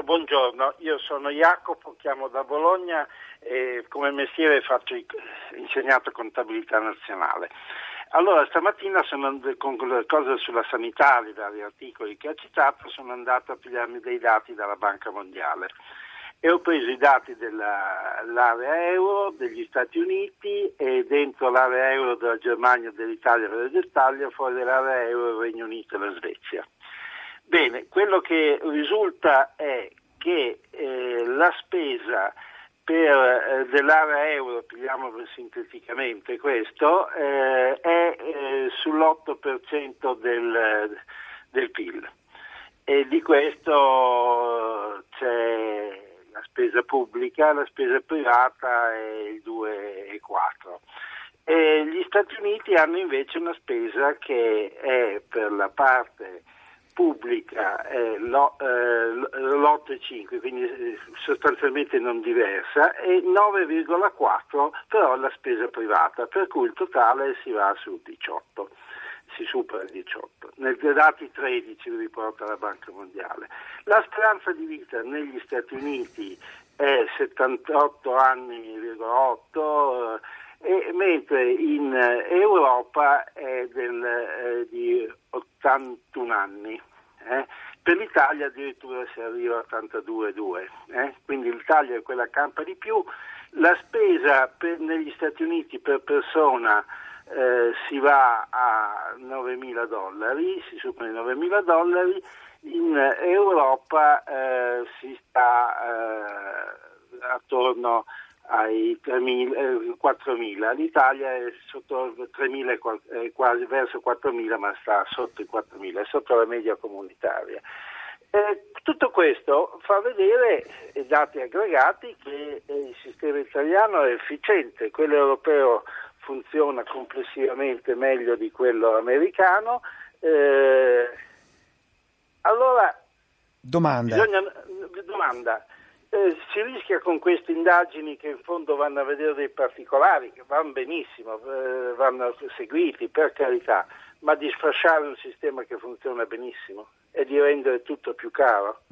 Buongiorno, io sono Jacopo, chiamo da Bologna e come mestiere faccio insegnato contabilità nazionale. Allora, stamattina con le cose sulla sanità, i vari articoli che ha citato, sono andato a pigliarmi dei dati dalla Banca Mondiale e ho preso i dati dell'area euro, degli Stati Uniti e dentro l'area euro della Germania, dell'Italia e dell'Italia, fuori dall'area euro il Regno Unito e la Svezia. Bene, quello che risulta è che la spesa dell'area euro, pigliamo sinteticamente questo, è sull'8% del PIL e di questo c'è la spesa pubblica, la spesa privata è il 2,4%. E gli Stati Uniti hanno invece una spesa che è per la parte pubblica l'8,5, quindi sostanzialmente non diversa, e 9,4 però la spesa privata, per cui il totale si va sul 18, si supera il 18. Nei dati 13 riporta la Banca Mondiale. La speranza di vita negli Stati Uniti è 78 anni,8, mentre in Europa è di 81 anni. Per l'Italia addirittura si arriva a 82,2, quindi l'Italia è quella che campa di più. La spesa negli Stati Uniti per persona si va a $9.000, si supera i $9.000, in Europa si sta attorno ai 4.000, l'Italia è sotto 3.000, quasi verso 4.000, ma sta sotto i 4.000, è sotto la media comunitaria. Tutto questo fa vedere, dati aggregati, che il sistema italiano è efficiente, quello europeo funziona complessivamente meglio di quello americano. Allora, domanda. Si rischia con queste indagini che in fondo vanno a vedere dei particolari, che vanno benissimo, vanno seguiti per carità, ma di sfasciare un sistema che funziona benissimo e di rendere tutto più caro.